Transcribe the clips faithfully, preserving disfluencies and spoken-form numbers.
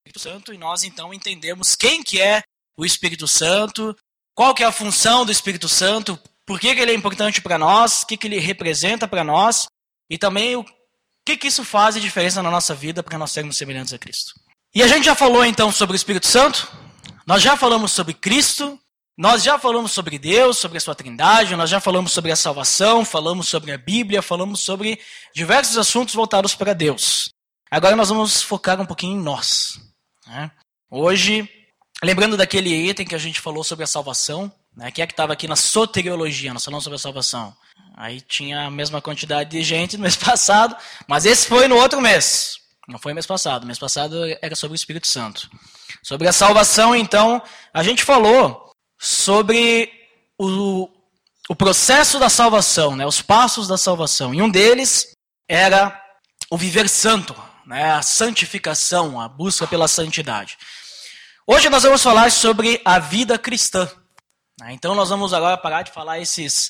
Espírito Santo, e nós então entendemos quem que é o Espírito Santo, qual que é a função do Espírito Santo, por que, que ele é importante para nós, o que, que ele representa para nós, e também o que, que isso faz de diferença na nossa vida para nós sermos semelhantes a Cristo. E a gente já falou então sobre o Espírito Santo, nós já falamos sobre Cristo, nós já falamos sobre Deus, sobre a sua trindade, nós já falamos sobre a salvação, falamos sobre a Bíblia, falamos sobre diversos assuntos voltados para Deus. Agora nós vamos focar um pouquinho em nós. Né? Hoje, lembrando daquele item que a gente falou sobre a salvação, né? Que é que estava aqui na soteriologia, nós falamos sobre a salvação. Aí tinha a mesma quantidade de gente no mês passado, mas esse foi no outro mês. Não foi mês passado, mês passado era sobre o Espírito Santo. Sobre a salvação, então, a gente falou sobre o, o processo da salvação, né? Os passos da salvação. E um deles era o viver santo, né? A santificação, a busca pela santidade. Hoje nós vamos falar sobre a vida cristã. Então nós vamos agora parar de falar esses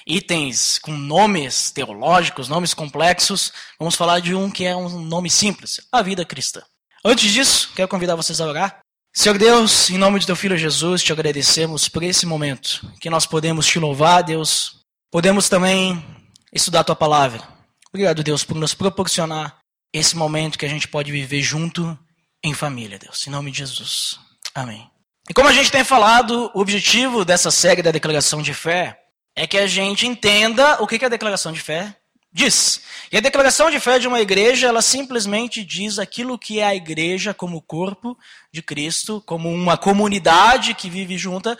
itens com nomes teológicos, nomes complexos. Vamos falar de um que é um nome simples, a vida cristã. Antes disso, quero convidar vocês a orar. Senhor Deus, em nome de teu Filho Jesus, te agradecemos por esse momento, que nós podemos te louvar, Deus. Podemos também estudar a tua palavra. Obrigado, Deus, por nos proporcionar esse momento que a gente pode viver junto em família, Deus. Em nome de Jesus. Amém. E como a gente tem falado, o objetivo dessa série da declaração de fé é que a gente entenda o que a declaração de fé diz. E a declaração de fé de uma igreja, ela simplesmente diz aquilo que é a igreja como corpo de Cristo, como uma comunidade que vive junta,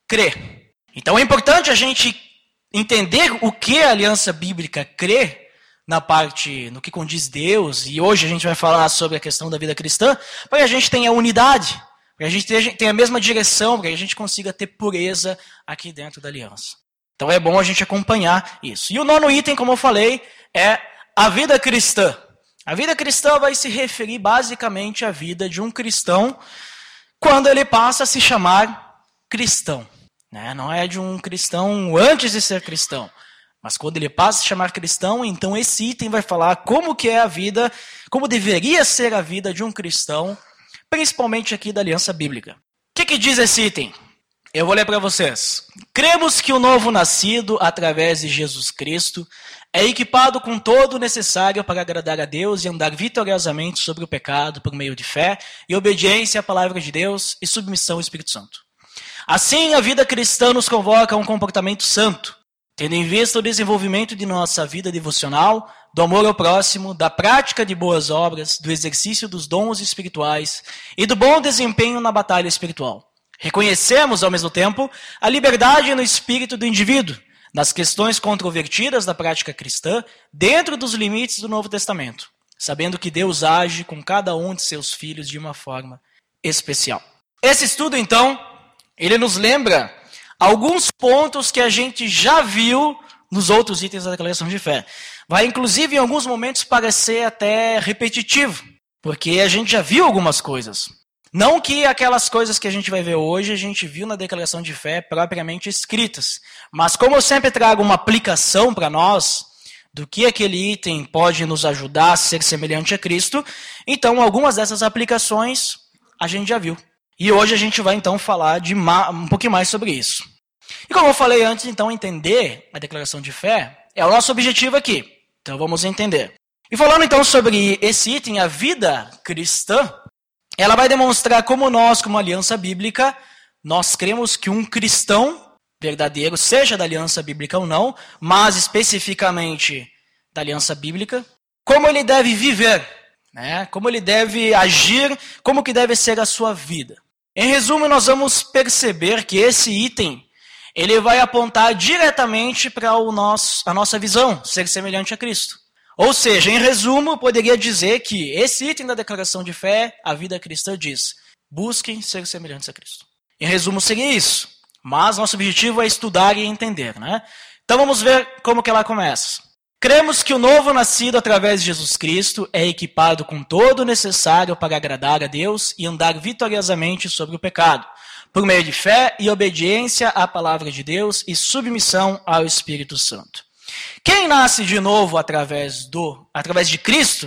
crê. Então é importante a gente entender o que a aliança bíblica crê na parte, no que condiz Deus, e hoje a gente vai falar sobre a questão da vida cristã, para que a gente tenha unidade, para que a gente tenha a mesma direção, para que a gente consiga ter pureza aqui dentro da aliança. Então é bom a gente acompanhar isso. E o nono item, como eu falei, é a vida cristã. A vida cristã vai se referir basicamente à vida de um cristão quando ele passa a se chamar cristão. Né? Não é de um cristão antes de ser cristão. Mas quando ele passa a se chamar cristão, então esse item vai falar como que é a vida, como deveria ser a vida de um cristão, principalmente aqui da aliança bíblica. O que, que diz esse item? Eu vou ler para vocês. Cremos que o novo nascido, através de Jesus Cristo, é equipado com todo o necessário para agradar a Deus e andar vitoriosamente sobre o pecado por meio de fé e obediência à palavra de Deus e submissão ao Espírito Santo. Assim, a vida cristã nos convoca a um comportamento santo, tendo em vista o desenvolvimento de nossa vida devocional, do amor ao próximo, da prática de boas obras, do exercício dos dons espirituais e do bom desempenho na batalha espiritual. Reconhecemos, ao mesmo tempo, a liberdade no espírito do indivíduo, nas questões controvertidas da prática cristã, dentro dos limites do Novo Testamento, sabendo que Deus age com cada um de seus filhos de uma forma especial. Esse estudo, então, ele nos lembra alguns pontos que a gente já viu nos outros itens da declaração de fé. Vai, inclusive, em alguns momentos, parecer até repetitivo, porque a gente já viu algumas coisas. Não que aquelas coisas que a gente vai ver hoje, a gente viu na declaração de fé propriamente escritas. Mas como eu sempre trago uma aplicação para nós, do que aquele item pode nos ajudar a ser semelhante a Cristo, então algumas dessas aplicações a gente já viu. E hoje a gente vai então falar de um pouquinho mais sobre isso. E como eu falei antes, então entender a declaração de fé é o nosso objetivo aqui. Então vamos entender. E falando então sobre esse item, a vida cristã, ela vai demonstrar como nós, como aliança bíblica, nós cremos que um cristão verdadeiro, seja da aliança bíblica ou não, mas especificamente da aliança bíblica, como ele deve viver, né? Como ele deve agir, como que deve ser a sua vida. Em resumo, nós vamos perceber que esse item, ele vai apontar diretamente para o nosso, a nossa visão, ser semelhante a Cristo. Ou seja, em resumo, eu poderia dizer que esse item da declaração de fé, a vida cristã diz, busquem ser semelhantes a Cristo. Em resumo, seria isso. Mas nosso objetivo é estudar e entender, né? Então vamos ver como que ela começa. Cremos que o novo nascido através de Jesus Cristo é equipado com todo o necessário para agradar a Deus e andar vitoriosamente sobre o pecado, por meio de fé e obediência à palavra de Deus e submissão ao Espírito Santo. Quem nasce de novo através, do, através de Cristo,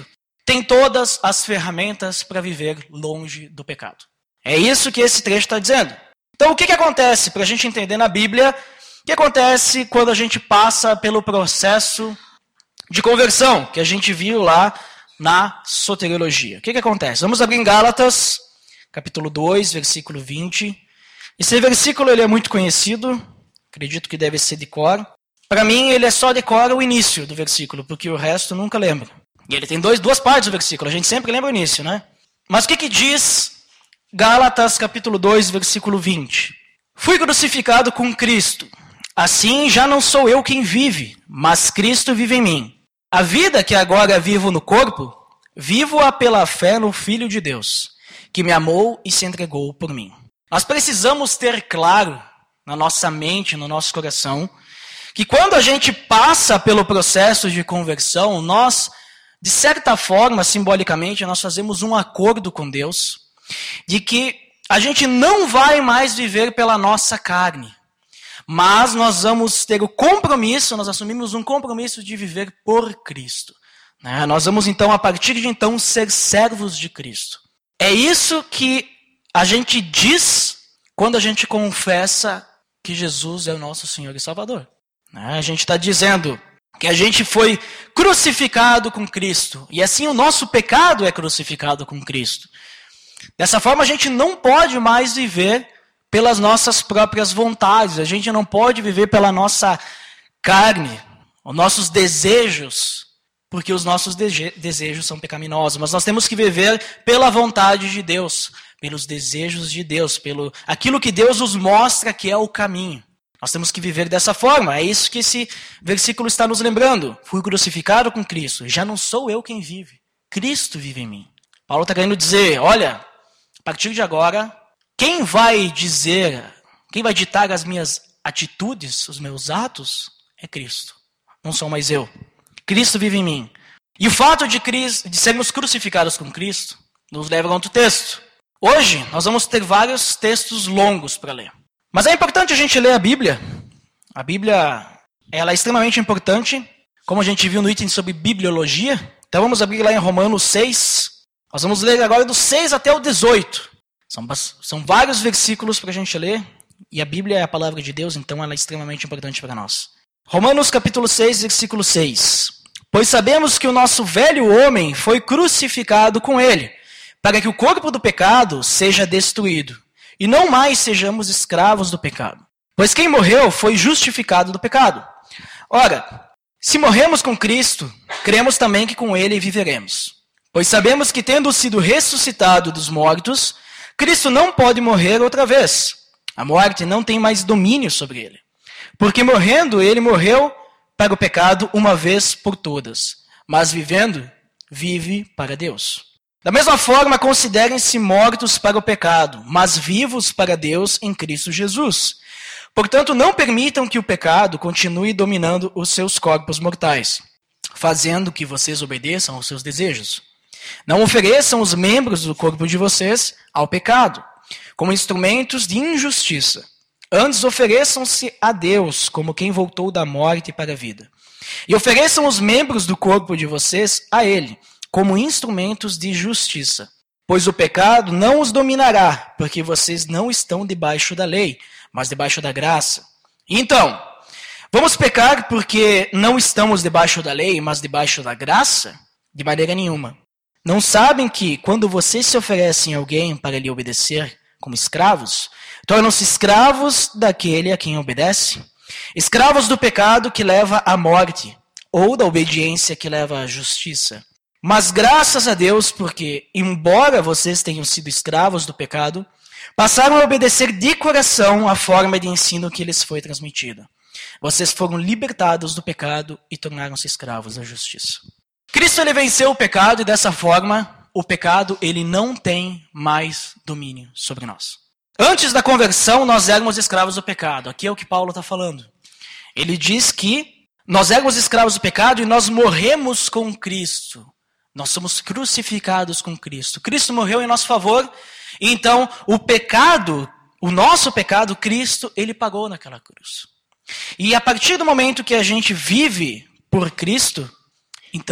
tem todas as ferramentas para viver longe do pecado. É isso que esse trecho está dizendo. Então, o que, que acontece, para a gente entender na Bíblia, o que acontece quando a gente passa pelo processo de conversão, que a gente viu lá na soteriologia? O que, que acontece? Vamos abrir em Gálatas, capítulo dois, versículo vinte. Esse versículo ele é muito conhecido, acredito que deve ser de cor. Para mim, ele é só de cor o início do versículo, porque o resto nunca lembro. E ele tem dois, duas partes do versículo, a gente sempre lembra o início, né? Mas o que, que diz Gálatas capítulo dois, versículo vinte? Fui crucificado com Cristo, assim já não sou eu quem vive, mas Cristo vive em mim. A vida que agora vivo no corpo, vivo-a pela fé no Filho de Deus, que me amou e se entregou por mim. Nós precisamos ter claro na nossa mente, no nosso coração, que quando a gente passa pelo processo de conversão, nós, de certa forma, simbolicamente, nós fazemos um acordo com Deus, de que a gente não vai mais viver pela nossa carne, mas nós vamos ter o compromisso, nós assumimos um compromisso de viver por Cristo. Né? Nós vamos então, a partir de então, ser servos de Cristo. É isso que a gente diz quando a gente confessa que Jesus é o nosso Senhor e Salvador. Né? A gente está dizendo que a gente foi crucificado com Cristo, e assim o nosso pecado é crucificado com Cristo. Dessa forma, a gente não pode mais viver pelas nossas próprias vontades, a gente não pode viver pela nossa carne, os nossos desejos, porque os nossos desejos são pecaminosos, mas nós temos que viver pela vontade de Deus, pelos desejos de Deus, pelo aquilo que Deus nos mostra que é o caminho. Nós temos que viver dessa forma, é isso que esse versículo está nos lembrando. Fui crucificado com Cristo, já não sou eu quem vive, Cristo vive em mim. Paulo está querendo dizer, olha, a partir de agora, quem vai dizer, quem vai ditar as minhas atitudes, os meus atos, é Cristo. Não sou mais eu. Cristo vive em mim. E o fato de, Cristo, de sermos crucificados com Cristo nos leva a outro texto. Hoje, nós vamos ter vários textos longos para ler. Mas é importante a gente ler a Bíblia. A Bíblia ela é extremamente importante, como a gente viu no item sobre bibliologia. Então vamos abrir lá em Romanos seis. Nós vamos ler agora do seis até o dezoito. São, são vários versículos para a gente ler, e a Bíblia é a palavra de Deus, então ela é extremamente importante para nós. Romanos capítulo seis, versículo seis. Pois sabemos que o nosso velho homem foi crucificado com ele, para que o corpo do pecado seja destruído, e não mais sejamos escravos do pecado. Pois quem morreu foi justificado do pecado. Ora, se morremos com Cristo, cremos também que com ele viveremos. Pois sabemos que, tendo sido ressuscitado dos mortos, Cristo não pode morrer outra vez. A morte não tem mais domínio sobre ele. Porque morrendo, ele morreu para o pecado uma vez por todas. Mas vivendo, vive para Deus. Da mesma forma, considerem-se mortos para o pecado, mas vivos para Deus em Cristo Jesus. Portanto, não permitam que o pecado continue dominando os seus corpos mortais, fazendo que vocês obedeçam aos seus desejos. Não ofereçam os membros do corpo de vocês ao pecado, como instrumentos de injustiça. Antes ofereçam-se a Deus como quem voltou da morte para a vida. E ofereçam os membros do corpo de vocês a Ele, como instrumentos de justiça. Pois o pecado não os dominará, porque vocês não estão debaixo da lei, mas debaixo da graça. Então, vamos pecar porque não estamos debaixo da lei, mas debaixo da graça? De maneira nenhuma. Não sabem que, quando vocês se oferecem a alguém para lhe obedecer como escravos, tornam-se escravos daquele a quem obedece? Escravos do pecado que leva à morte, ou da obediência que leva à justiça. Mas graças a Deus, porque, embora vocês tenham sido escravos do pecado, passaram a obedecer de coração a forma de ensino que lhes foi transmitida. Vocês foram libertados do pecado e tornaram-se escravos da justiça. Cristo ele venceu o pecado e dessa forma, o pecado ele não tem mais domínio sobre nós. Antes da conversão, nós éramos escravos do pecado. Aqui é o que Paulo está falando. Ele diz que nós éramos escravos do pecado e nós morremos com Cristo. Nós somos crucificados com Cristo. Cristo morreu em nosso favor. E então, o pecado, o nosso pecado, Cristo, ele pagou naquela cruz. E a partir do momento que a gente vive por Cristo, então,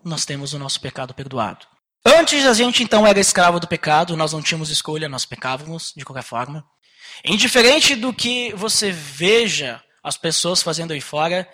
nós temos o nosso pecado perdoado. Antes a gente então era escravo do pecado, nós não tínhamos escolha, nós pecávamos de qualquer forma. Indiferente do que você veja as pessoas fazendo aí fora,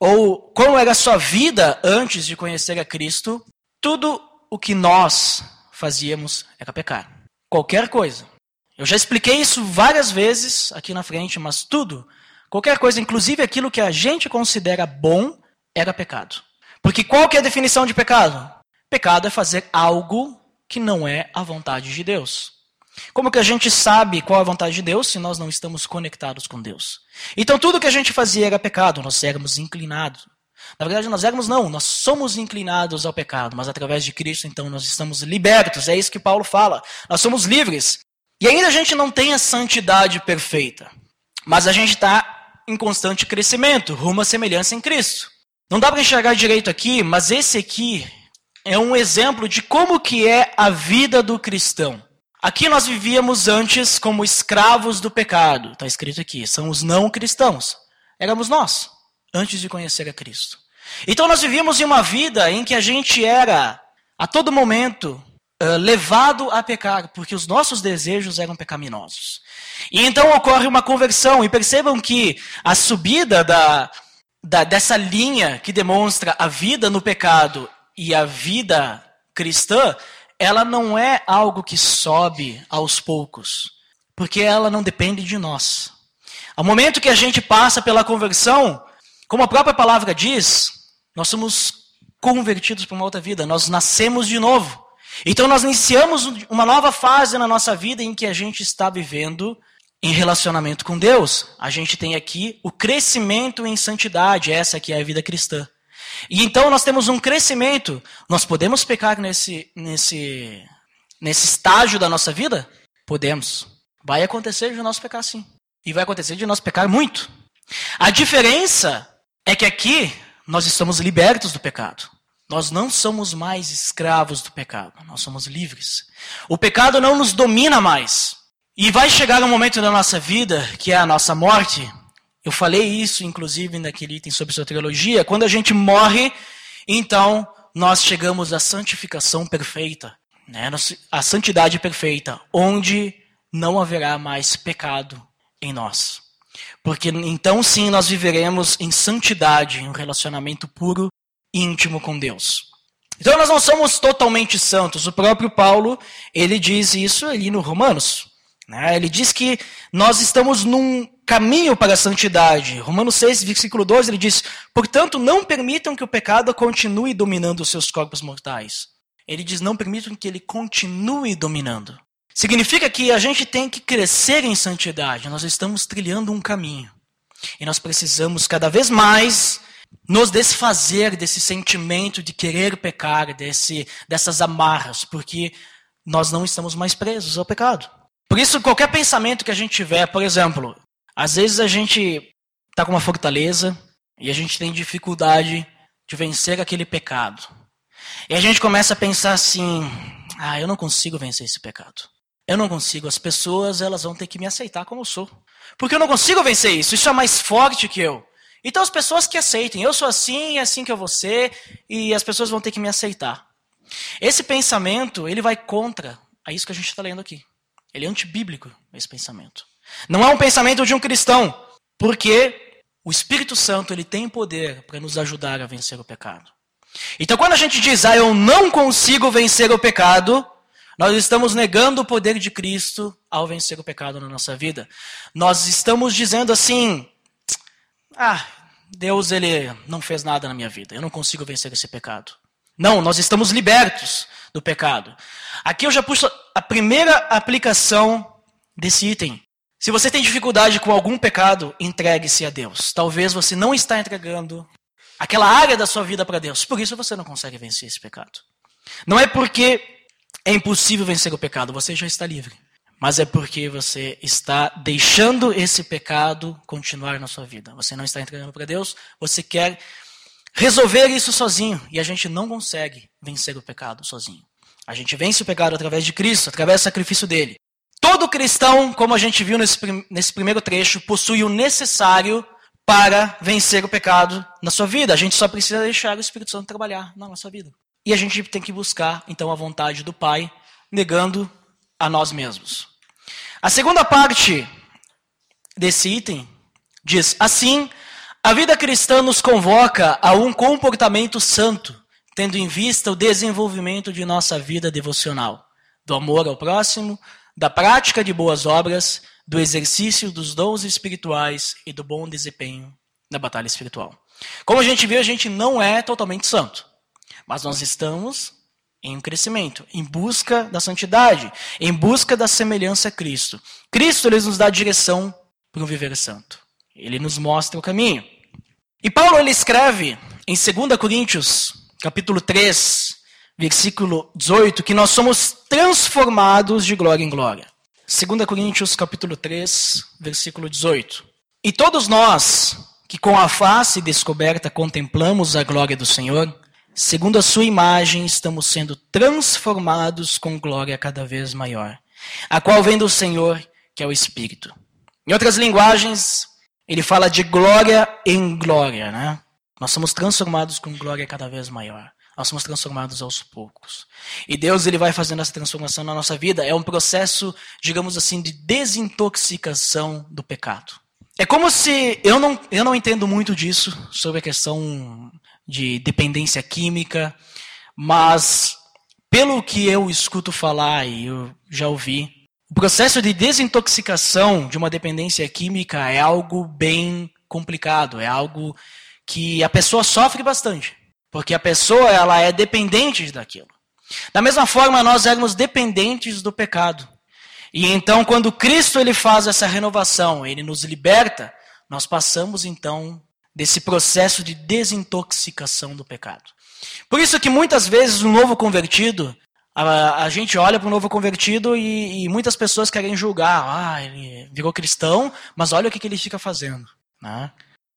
ou como era a sua vida antes de conhecer a Cristo, tudo o que nós fazíamos era pecar. Qualquer coisa. Eu já expliquei isso várias vezes aqui na frente, mas tudo, qualquer coisa, inclusive aquilo que a gente considera bom, era pecado. Porque qual que é a definição de pecado? Pecado é fazer algo que não é a vontade de Deus. Como que a gente sabe qual é a vontade de Deus se nós não estamos conectados com Deus? Então tudo que a gente fazia era pecado, nós éramos inclinados. Na verdade nós éramos não, nós somos inclinados ao pecado, mas através de Cristo então nós estamos libertos, é isso que Paulo fala, nós somos livres. E ainda a gente não tem a santidade perfeita, mas a gente está em constante crescimento, rumo à semelhança em Cristo. Não dá para enxergar direito aqui, mas esse aqui é um exemplo de como que é a vida do cristão. Aqui nós vivíamos antes como escravos do pecado. Está escrito aqui, são os não cristãos. Éramos nós, antes de conhecer a Cristo. Então nós vivíamos em uma vida em que a gente era, a todo momento, uh, levado a pecar, porque os nossos desejos eram pecaminosos. E então ocorre uma conversão, e percebam que a subida da, da, dessa linha que demonstra a vida no pecado e a vida cristã, ela não é algo que sobe aos poucos, porque ela não depende de nós. Ao momento que a gente passa pela conversão, como a própria palavra diz, nós somos convertidos para uma outra vida, nós nascemos de novo. Então nós iniciamos uma nova fase na nossa vida em que a gente está vivendo em relacionamento com Deus. A gente tem aqui o crescimento em santidade, essa aqui é a vida cristã. E então nós temos um crescimento. Nós podemos pecar nesse, nesse, nesse estágio da nossa vida? Podemos. Vai acontecer de nós pecar sim. E vai acontecer de nós pecar muito. A diferença é que aqui nós estamos libertos do pecado. Nós não somos mais escravos do pecado. Nós somos livres. O pecado não nos domina mais. E vai chegar um momento da nossa vida, que é a nossa morte. Eu falei isso, inclusive, naquele item sobre soteriologia. Quando a gente morre, então nós chegamos à santificação perfeita, né? A santidade perfeita, onde não haverá mais pecado em nós. Porque então sim nós viveremos em santidade, em um relacionamento puro e íntimo com Deus. Então nós não somos totalmente santos. O próprio Paulo, ele diz isso ali no Romanos. Né? Ele diz que nós estamos num caminho para a santidade. Romanos seis, versículo doze, ele diz: portanto, não permitam que o pecado continue dominando os seus corpos mortais. Ele diz, não permitam que ele continue dominando. Significa que a gente tem que crescer em santidade. Nós estamos trilhando um caminho. E nós precisamos cada vez mais nos desfazer desse sentimento de querer pecar, desse, dessas amarras, porque nós não estamos mais presos ao pecado. Por isso, qualquer pensamento que a gente tiver, por exemplo, às vezes a gente está com uma fortaleza e a gente tem dificuldade de vencer aquele pecado. E a gente começa a pensar assim, ah, eu não consigo vencer esse pecado. Eu não consigo, as pessoas elas vão ter que me aceitar como eu sou. Porque eu não consigo vencer isso, isso é mais forte que eu. Então as pessoas que aceitem, eu sou assim, é assim que eu vou ser, e as pessoas vão ter que me aceitar. Esse pensamento, ele vai contra a isso que a gente está lendo aqui. Ele é antibíblico, esse pensamento. Não é um pensamento de um cristão, porque o Espírito Santo ele tem poder para nos ajudar a vencer o pecado. Então quando a gente diz, ah, eu não consigo vencer o pecado, nós estamos negando o poder de Cristo ao vencer o pecado na nossa vida. Nós estamos dizendo assim, ah, Deus ele não fez nada na minha vida, eu não consigo vencer esse pecado. Não, nós estamos libertos do pecado. Aqui eu já puxo a primeira aplicação desse item. Se você tem dificuldade com algum pecado, entregue-se a Deus. Talvez você não está entregando aquela área da sua vida para Deus. Por isso você não consegue vencer esse pecado. Não é porque é impossível vencer o pecado, você já está livre. Mas é porque você está deixando esse pecado continuar na sua vida. Você não está entregando para Deus, você quer resolver isso sozinho. E a gente não consegue vencer o pecado sozinho. A gente vence o pecado através de Cristo, através do sacrifício dele. Todo cristão, como a gente viu nesse, nesse primeiro trecho, possui o necessário para vencer o pecado na sua vida. A gente só precisa deixar o Espírito Santo trabalhar na nossa vida. E a gente tem que buscar, então, a vontade do Pai, negando a nós mesmos. A segunda parte desse item diz: assim, a vida cristã nos convoca a um comportamento santo, tendo em vista o desenvolvimento de nossa vida devocional, do amor ao próximo, da prática de boas obras, do exercício dos dons espirituais e do bom desempenho na batalha espiritual. Como a gente viu, a gente não é totalmente santo, mas nós estamos em um crescimento, em busca da santidade, em busca da semelhança a Cristo. Cristo, ele nos dá a direção para um viver santo. Ele nos mostra o caminho. E Paulo, ele escreve em dois Coríntios, capítulo três, versículo dezoito, que nós somos transformados de glória em glória. dois Coríntios, capítulo três, versículo dezoito. E todos nós, que com a face descoberta contemplamos a glória do Senhor, segundo a sua imagem, estamos sendo transformados com glória cada vez maior, a qual vem do Senhor, que é o Espírito. Em outras linguagens, ele fala de glória em glória, né? Nós somos transformados com glória cada vez maior. Nós somos transformados aos poucos. E Deus, ele vai fazendo essa transformação na nossa vida. É um processo, digamos assim, de desintoxicação do pecado. É como se... Eu não, eu não entendo muito disso, sobre a questão de dependência química, mas pelo que eu escuto falar e eu já ouvi, o processo de desintoxicação de uma dependência química é algo bem complicado, é algo que a pessoa sofre bastante, porque a pessoa, ela é dependente daquilo. Da mesma forma, nós éramos dependentes do pecado. E então, quando Cristo, ele faz essa renovação, ele nos liberta, nós passamos então desse processo de desintoxicação do pecado. Por isso que muitas vezes o novo convertido, a, a gente olha para o novo convertido e, e muitas pessoas querem julgar. Ah, ele virou cristão, mas olha o que, que ele fica fazendo. Né?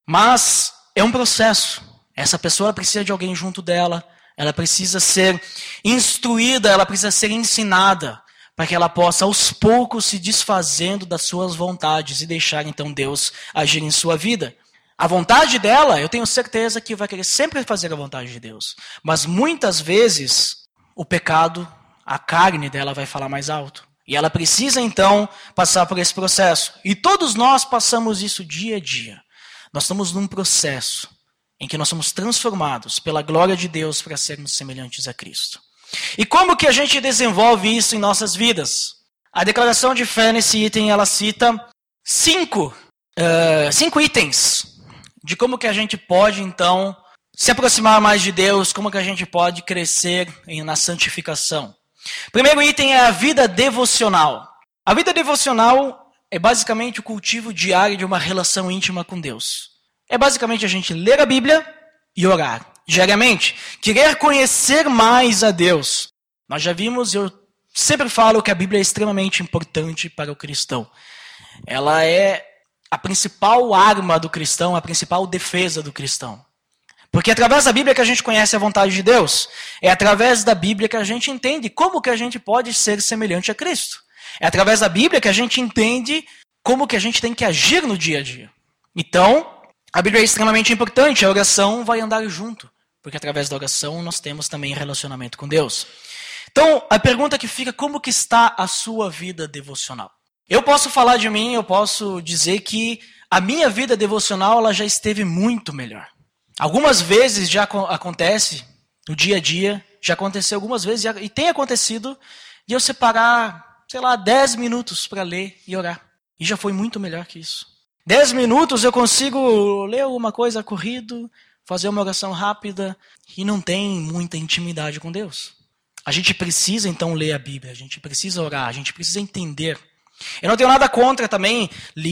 Mas é um processo. Essa pessoa precisa de alguém junto dela, ela precisa ser instruída, ela precisa ser ensinada, para que ela possa aos poucos se desfazendo das suas vontades e deixar então Deus agir em sua vida. A vontade dela, eu tenho certeza que vai querer sempre fazer a vontade de Deus. Mas muitas vezes, o pecado, a carne dela vai falar mais alto. E ela precisa então passar por esse processo. E todos nós passamos isso dia a dia. Nós estamos num processo em que nós somos transformados pela glória de Deus para sermos semelhantes a Cristo. E como que a gente desenvolve isso em nossas vidas? A declaração de fé nesse item, ela cita cinco, uh, cinco itens de como que a gente pode, então, se aproximar mais de Deus, como que a gente pode crescer na santificação. Primeiro item é a vida devocional. A vida devocional é basicamente o cultivo diário de uma relação íntima com Deus. É basicamente a gente ler a Bíblia e orar diariamente. Querer conhecer mais a Deus. Nós já vimos, eu sempre falo que a Bíblia é extremamente importante para o cristão. Ela é a principal arma do cristão, a principal defesa do cristão. Porque é através da Bíblia que a gente conhece a vontade de Deus. É através da Bíblia que a gente entende como que a gente pode ser semelhante a Cristo. É através da Bíblia que a gente entende como que a gente tem que agir no dia a dia. Então, a Bíblia é extremamente importante, a oração vai andar junto, porque através da oração nós temos também relacionamento com Deus. Então, a pergunta que fica, como que está a sua vida devocional? Eu posso falar de mim, eu posso dizer que a minha vida devocional ela já esteve muito melhor. Algumas vezes já acontece, no dia a dia, já aconteceu algumas vezes, e tem acontecido de eu separar, sei lá, dez minutos para ler e orar. E já foi muito melhor que isso. Dez minutos eu consigo ler alguma coisa corrido, fazer uma oração rápida e não tem muita intimidade com Deus. A gente precisa então ler a Bíblia, a gente precisa orar, a gente precisa entender. Eu não tenho nada contra também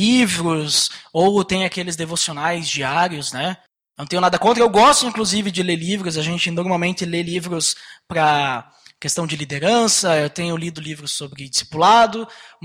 livros ou tem aqueles devocionais diários, né? Não tenho nada contra, eu gosto inclusive de ler livros, a gente normalmente lê livros para questão de liderança, eu tenho lido livros sobre discipulado,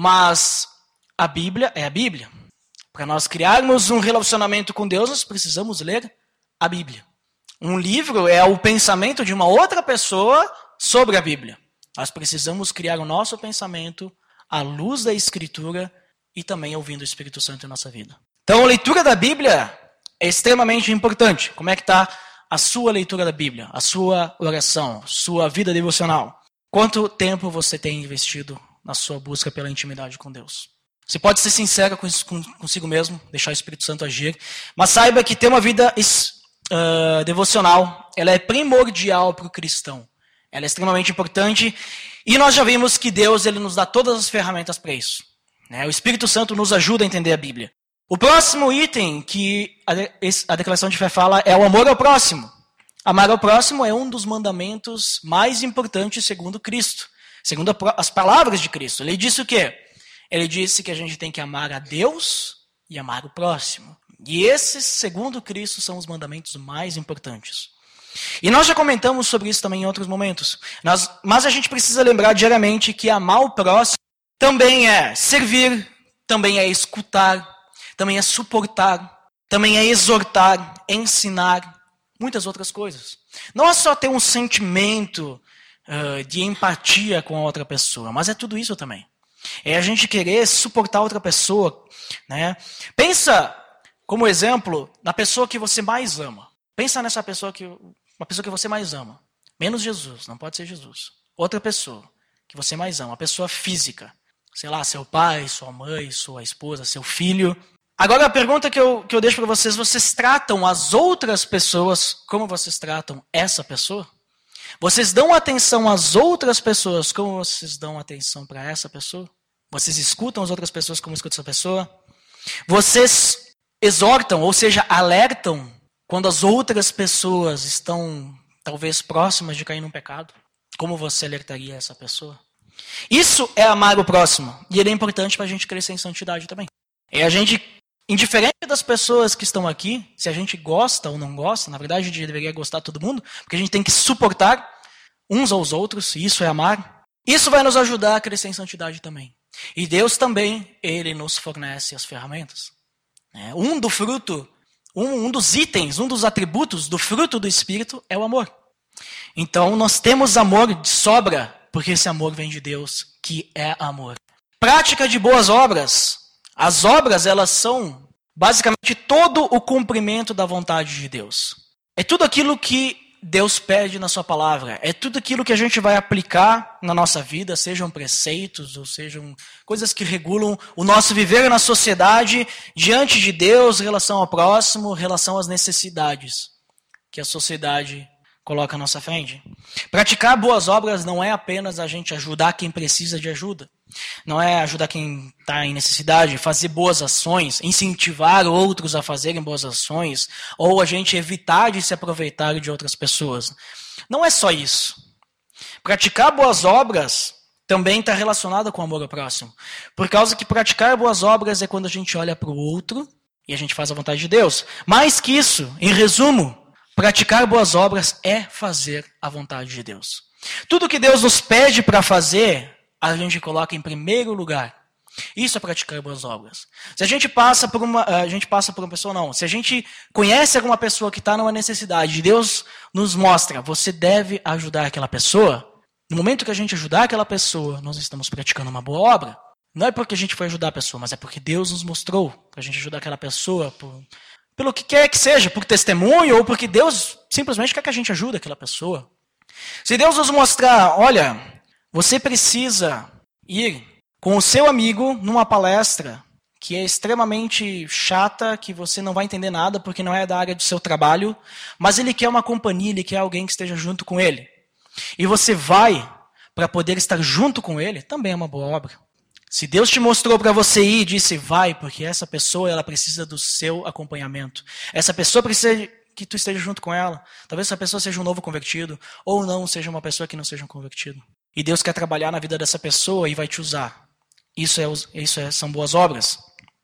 mas a Bíblia é a Bíblia. Para nós criarmos um relacionamento com Deus, nós precisamos ler a Bíblia. Um livro é o pensamento de uma outra pessoa sobre a Bíblia. Nós precisamos criar o nosso pensamento à luz da Escritura e também ouvindo o Espírito Santo em nossa vida. Então, a leitura da Bíblia é extremamente importante. Como é que está a sua leitura da Bíblia, a sua oração, sua vida devocional? Quanto tempo você tem investido na sua busca pela intimidade com Deus? Você pode ser sincero consigo mesmo, deixar o Espírito Santo agir, mas saiba que ter uma vida uh, devocional, ela é primordial para o cristão. Ela é extremamente importante e nós já vimos que Deus ele nos dá todas as ferramentas para isso. Né? O Espírito Santo nos ajuda a entender a Bíblia. O próximo item que a, a declaração de fé fala é o amor ao próximo. Amar ao próximo é um dos mandamentos mais importantes segundo Cristo, segundo a, as palavras de Cristo. Ele disse o quê? Ele disse que a gente tem que amar a Deus e amar o próximo. E esses, segundo Cristo, são os mandamentos mais importantes. E nós já comentamos sobre isso também em outros momentos. Nós, mas a gente precisa lembrar diariamente que amar o próximo também é servir, também é escutar, também é suportar, também é exortar, ensinar, muitas outras coisas. Não é só ter um sentimento uh, de empatia com a outra pessoa, mas é tudo isso também. É a gente querer suportar outra pessoa, né? Pensa, como exemplo, na pessoa que você mais ama. Pensa nessa pessoa que, uma pessoa que você mais ama. Menos Jesus, não pode ser Jesus. Outra pessoa que você mais ama, uma pessoa física. Sei lá, seu pai, sua mãe, sua esposa, seu filho. Agora a pergunta que eu, que eu deixo para vocês, vocês tratam as outras pessoas como vocês tratam essa pessoa? Vocês dão atenção às outras pessoas como vocês dão atenção para essa pessoa? Vocês escutam as outras pessoas como escutam essa pessoa? Vocês exortam, ou seja, alertam quando as outras pessoas estão talvez próximas de cair num pecado? Como você alertaria essa pessoa? Isso é amar o próximo. E ele é importante para a gente crescer em santidade também. É a gente, indiferente das pessoas que estão aqui, se a gente gosta ou não gosta, na verdade a gente deveria gostar de todo mundo, porque a gente tem que suportar uns aos outros, e isso é amar. Isso vai nos ajudar a crescer em santidade também. E Deus também, Ele nos fornece as ferramentas. Um do fruto, um, um dos itens, um dos atributos do fruto do Espírito é o amor. Então nós temos amor de sobra, porque esse amor vem de Deus, que é amor. Prática de boas obras. As obras, elas são basicamente todo o cumprimento da vontade de Deus. É tudo aquilo que Deus pede na sua palavra. É tudo aquilo que a gente vai aplicar na nossa vida, sejam preceitos ou sejam coisas que regulam o nosso viver na sociedade, diante de Deus, relação ao próximo, relação às necessidades que a sociedade coloca à nossa frente. Praticar boas obras não é apenas a gente ajudar quem precisa de ajuda. Não é ajudar quem está em necessidade, fazer boas ações, incentivar outros a fazerem boas ações, ou a gente evitar de se aproveitar de outras pessoas. Não é só isso. Praticar boas obras também está relacionado com o amor ao próximo. Por causa que praticar boas obras é quando a gente olha para o outro e a gente faz a vontade de Deus. Mais que isso, em resumo, praticar boas obras é fazer a vontade de Deus. Tudo que Deus nos pede para fazer, a gente coloca em primeiro lugar. Isso é praticar boas obras. Se a gente passa por uma, a gente passa por uma pessoa, não. Se a gente conhece alguma pessoa que está numa necessidade, Deus nos mostra, você deve ajudar aquela pessoa. No momento que a gente ajudar aquela pessoa, nós estamos praticando uma boa obra. Não é porque a gente foi ajudar a pessoa, mas é porque Deus nos mostrou para a gente ajudar aquela pessoa por, pelo que quer que seja, por testemunho ou porque Deus simplesmente quer que a gente ajude aquela pessoa. Se Deus nos mostrar, olha, você precisa ir com o seu amigo numa palestra que é extremamente chata, que você não vai entender nada porque não é da área do seu trabalho, mas ele quer uma companhia, ele quer alguém que esteja junto com ele. E você vai para poder estar junto com ele, também é uma boa obra. Se Deus te mostrou para você ir e disse, vai, porque essa pessoa ela precisa do seu acompanhamento. Essa pessoa precisa que tu esteja junto com ela. Talvez essa pessoa seja um novo convertido, ou não seja uma pessoa que não seja um convertido. E Deus quer trabalhar na vida dessa pessoa e vai te usar. Isso, é, isso é, são boas obras.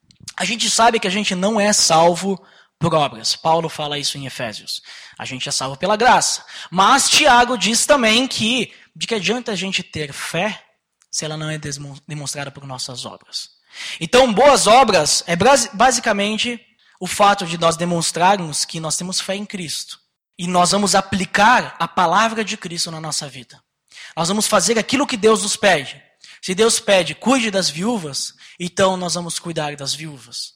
A gente sabe que a gente não é salvo por obras. Paulo fala isso em Efésios. A gente é salvo pela graça. Mas Tiago diz também que de que adianta a gente ter fé se ela não é demonstrada por nossas obras. Então, boas obras é basicamente o fato de nós demonstrarmos que nós temos fé em Cristo. E nós vamos aplicar a palavra de Cristo na nossa vida. Nós vamos fazer aquilo que Deus nos pede. Se Deus pede, cuide das viúvas, então nós vamos cuidar das viúvas.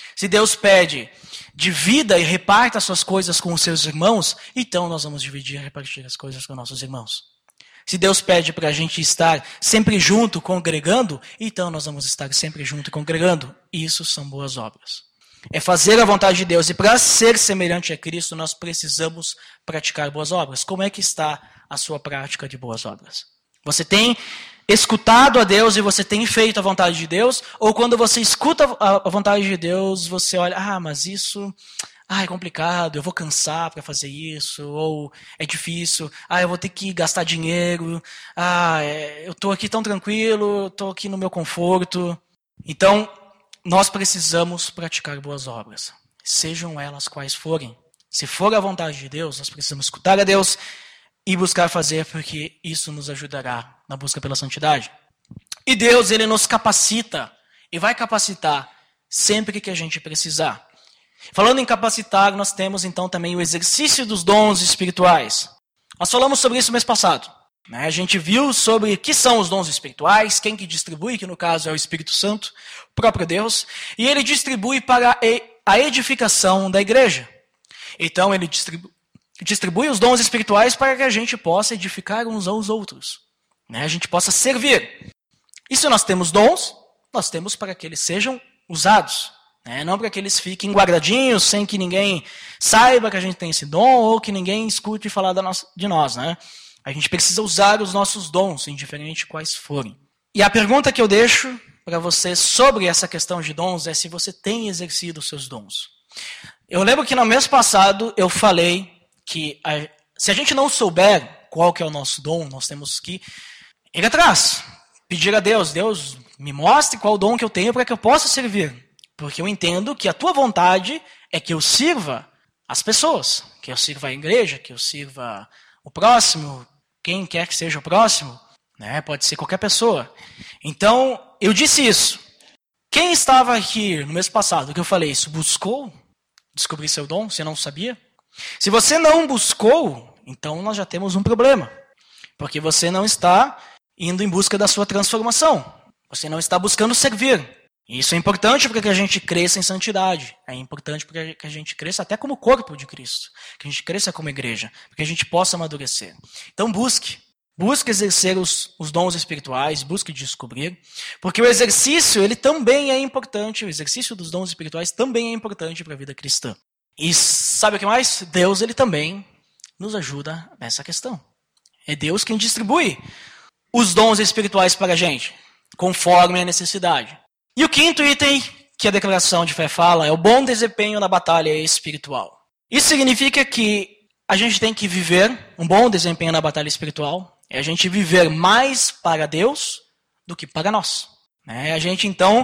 Se Deus pede, divida e reparta as suas coisas com os seus irmãos, então nós vamos dividir e repartir as coisas com nossos irmãos. Se Deus pede para a gente estar sempre junto, congregando, então nós vamos estar sempre junto e congregando. Isso são boas obras. É fazer a vontade de Deus. E para ser semelhante a Cristo, nós precisamos praticar boas obras. Como é que está a sua prática de boas obras? Você tem escutado a Deus e você tem feito a vontade de Deus? Ou quando você escuta a vontade de Deus, você olha, ah, mas isso ah, é complicado, eu vou cansar para fazer isso, ou é difícil, ah, eu vou ter que gastar dinheiro, ah, é, eu estou aqui tão tranquilo, estou aqui no meu conforto. Então, nós precisamos praticar boas obras, sejam elas quais forem. Se for a vontade de Deus, nós precisamos escutar a Deus e buscar fazer, porque isso nos ajudará na busca pela santidade. E Deus, Ele nos capacita, e vai capacitar sempre que a gente precisar. Falando em capacitar, nós temos então também o exercício dos dons espirituais. Nós falamos sobre isso mês passado. Né? A gente viu sobre o que são os dons espirituais, quem que distribui, que no caso é o Espírito Santo, o próprio Deus, e ele distribui para a edificação da igreja. Então ele distribui, distribui os dons espirituais para que a gente possa edificar uns aos outros. Né? A gente possa servir. E se nós temos dons, nós temos para que eles sejam usados. Né? Não para que eles fiquem guardadinhos, sem que ninguém saiba que a gente tem esse dom, ou que ninguém escute falar da nossa, de nós. Né? A gente precisa usar os nossos dons, indiferente quais forem. E a pergunta que eu deixo para você sobre essa questão de dons é se você tem exercido os seus dons. Eu lembro que no mês passado eu falei que a, se a gente não souber qual que é o nosso dom, nós temos que ir atrás, pedir a Deus, Deus, me mostre qual dom que eu tenho para que eu possa servir. Porque eu entendo que a tua vontade é que eu sirva as pessoas, que eu sirva a igreja, que eu sirva o próximo, quem quer que seja o próximo, né? Pode ser qualquer pessoa. Então, eu disse isso. Quem estava aqui no mês passado que eu falei isso, buscou descobrir seu dom? Você não sabia? Se você não buscou, então nós já temos um problema. Porque você não está indo em busca da sua transformação. Você não está buscando servir. E isso é importante para que a gente cresça em santidade. É importante para que a gente cresça até como corpo de Cristo. Que a gente cresça como igreja. Para que a gente possa amadurecer. Então busque. Busque exercer os, os dons espirituais. Busque descobrir. Porque o exercício, ele também é importante. O exercício dos dons espirituais também é importante para a vida cristã. E sabe o que mais? Deus, ele também nos ajuda nessa questão. É Deus quem distribui os dons espirituais para a gente. Conforme a necessidade. E o quinto item que a declaração de fé fala é o bom desempenho na batalha espiritual. Isso significa que a gente tem que viver um bom desempenho na batalha espiritual. É a gente viver mais para Deus do que para nós. É a gente, então,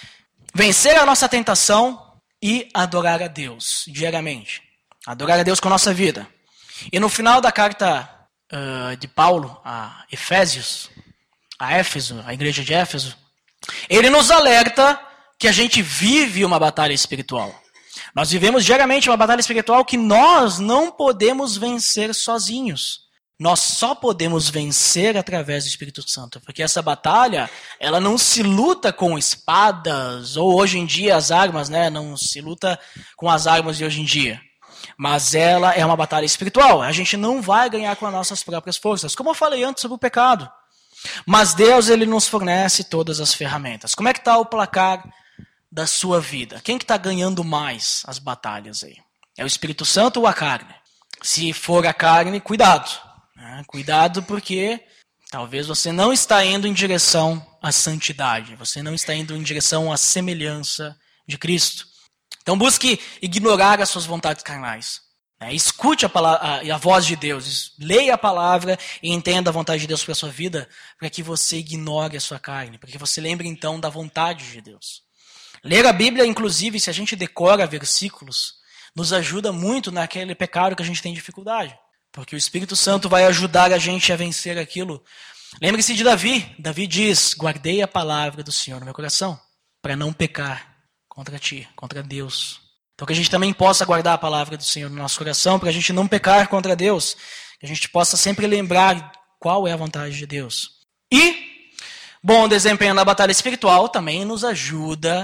vencer a nossa tentação e adorar a Deus diariamente. Adorar a Deus com a nossa vida. E no final da carta uh, de Paulo a Efésios, a Éfeso, a igreja de Éfeso, ele nos alerta que a gente vive uma batalha espiritual. Nós vivemos diariamente uma batalha espiritual que nós não podemos vencer sozinhos. Nós só podemos vencer através do Espírito Santo. Porque essa batalha, ela não se luta com espadas, ou hoje em dia as armas, né? Não se luta com as armas de hoje em dia. Mas ela é uma batalha espiritual. A gente não vai ganhar com as nossas próprias forças. Como eu falei antes sobre o pecado. Mas Deus, ele nos fornece todas as ferramentas. Como é que está o placar da sua vida? Quem que está ganhando mais as batalhas aí? É o Espírito Santo ou a carne? Se for a carne, cuidado. Né? Cuidado porque talvez você não está indo em direção à santidade. Você não está indo em direção à semelhança de Cristo. Então busque ignorar as suas vontades carnais. É, escute a, palavra, a, a voz de Deus, leia a palavra e entenda a vontade de Deus para a sua vida, para que você ignore a sua carne, para que você lembre então da vontade de Deus. Ler a Bíblia, inclusive, se a gente decora versículos, nos ajuda muito naquele pecado que a gente tem dificuldade, porque o Espírito Santo vai ajudar a gente a vencer aquilo. Lembre-se de Davi, Davi diz, guardei a palavra do Senhor no meu coração, para não pecar contra ti, contra Deus. Então que a gente também possa guardar a palavra do Senhor no nosso coração, para a gente não pecar contra Deus. Que a gente possa sempre lembrar qual é a vontade de Deus. E bom desempenho na batalha espiritual também nos ajuda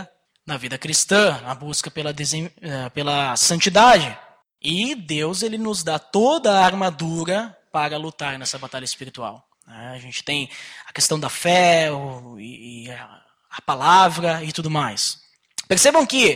na vida cristã, na busca pela, desem, pela santidade. E Deus ele nos dá toda a armadura para lutar nessa batalha espiritual. A gente tem a questão da fé, o, e a palavra e tudo mais. Percebam que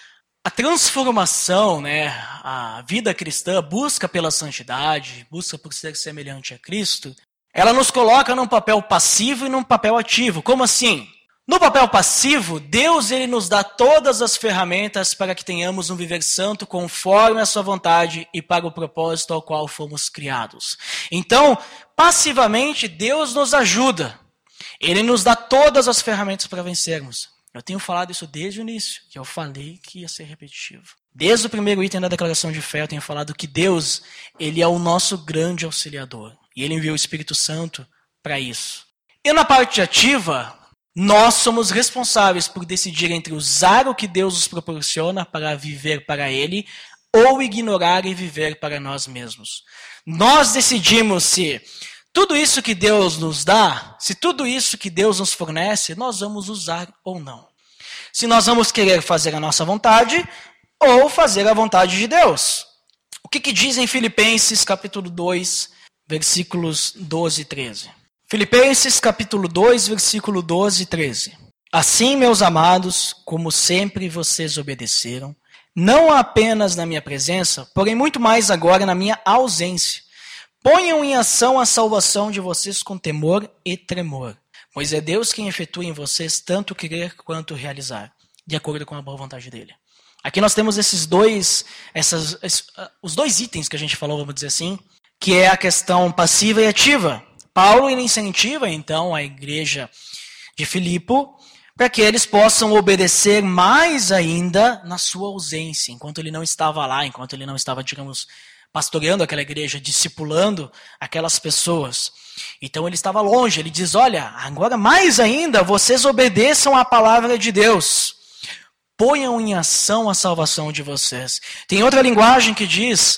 a transformação, né, a vida cristã, busca pela santidade, busca por ser semelhante a Cristo, ela nos coloca num papel passivo e num papel ativo. Como assim? No papel passivo, Deus ele nos dá todas as ferramentas para que tenhamos um viver santo conforme a sua vontade e para o propósito ao qual fomos criados. Então, passivamente, Deus nos ajuda. Ele nos dá todas as ferramentas para vencermos. Eu tenho falado isso desde o início, que eu falei que ia ser repetitivo. Desde o primeiro item da declaração de fé, eu tenho falado que Deus, ele é o nosso grande auxiliador. E ele enviou o Espírito Santo para isso. E na parte ativa, nós somos responsáveis por decidir entre usar o que Deus nos proporciona para viver para Ele ou ignorar e viver para nós mesmos. Nós decidimos se tudo isso que Deus nos dá, se tudo isso que Deus nos fornece, nós vamos usar ou não. Se nós vamos querer fazer a nossa vontade ou fazer a vontade de Deus. O que, que diz em Filipenses capítulo dois, versículos doze e treze? Filipenses capítulo dois, versículo doze e treze. Assim, meus amados, como sempre vocês obedeceram, não apenas na minha presença, porém muito mais agora na minha ausência. Ponham em ação a salvação de vocês com temor e tremor, pois é Deus quem efetua em vocês tanto querer quanto realizar, de acordo com a boa vontade dele. Aqui nós temos esses dois, essas, esses, os dois itens que a gente falou, vamos dizer assim, que é a questão passiva e ativa. Paulo ele incentiva, então, a igreja de Filipo para que eles possam obedecer mais ainda na sua ausência, enquanto ele não estava lá, enquanto ele não estava, digamos, pastoreando aquela igreja, discipulando aquelas pessoas. Então ele estava longe, ele diz, olha, agora mais ainda, vocês obedeçam à palavra de Deus. Ponham em ação a salvação de vocês. Tem outra linguagem que diz,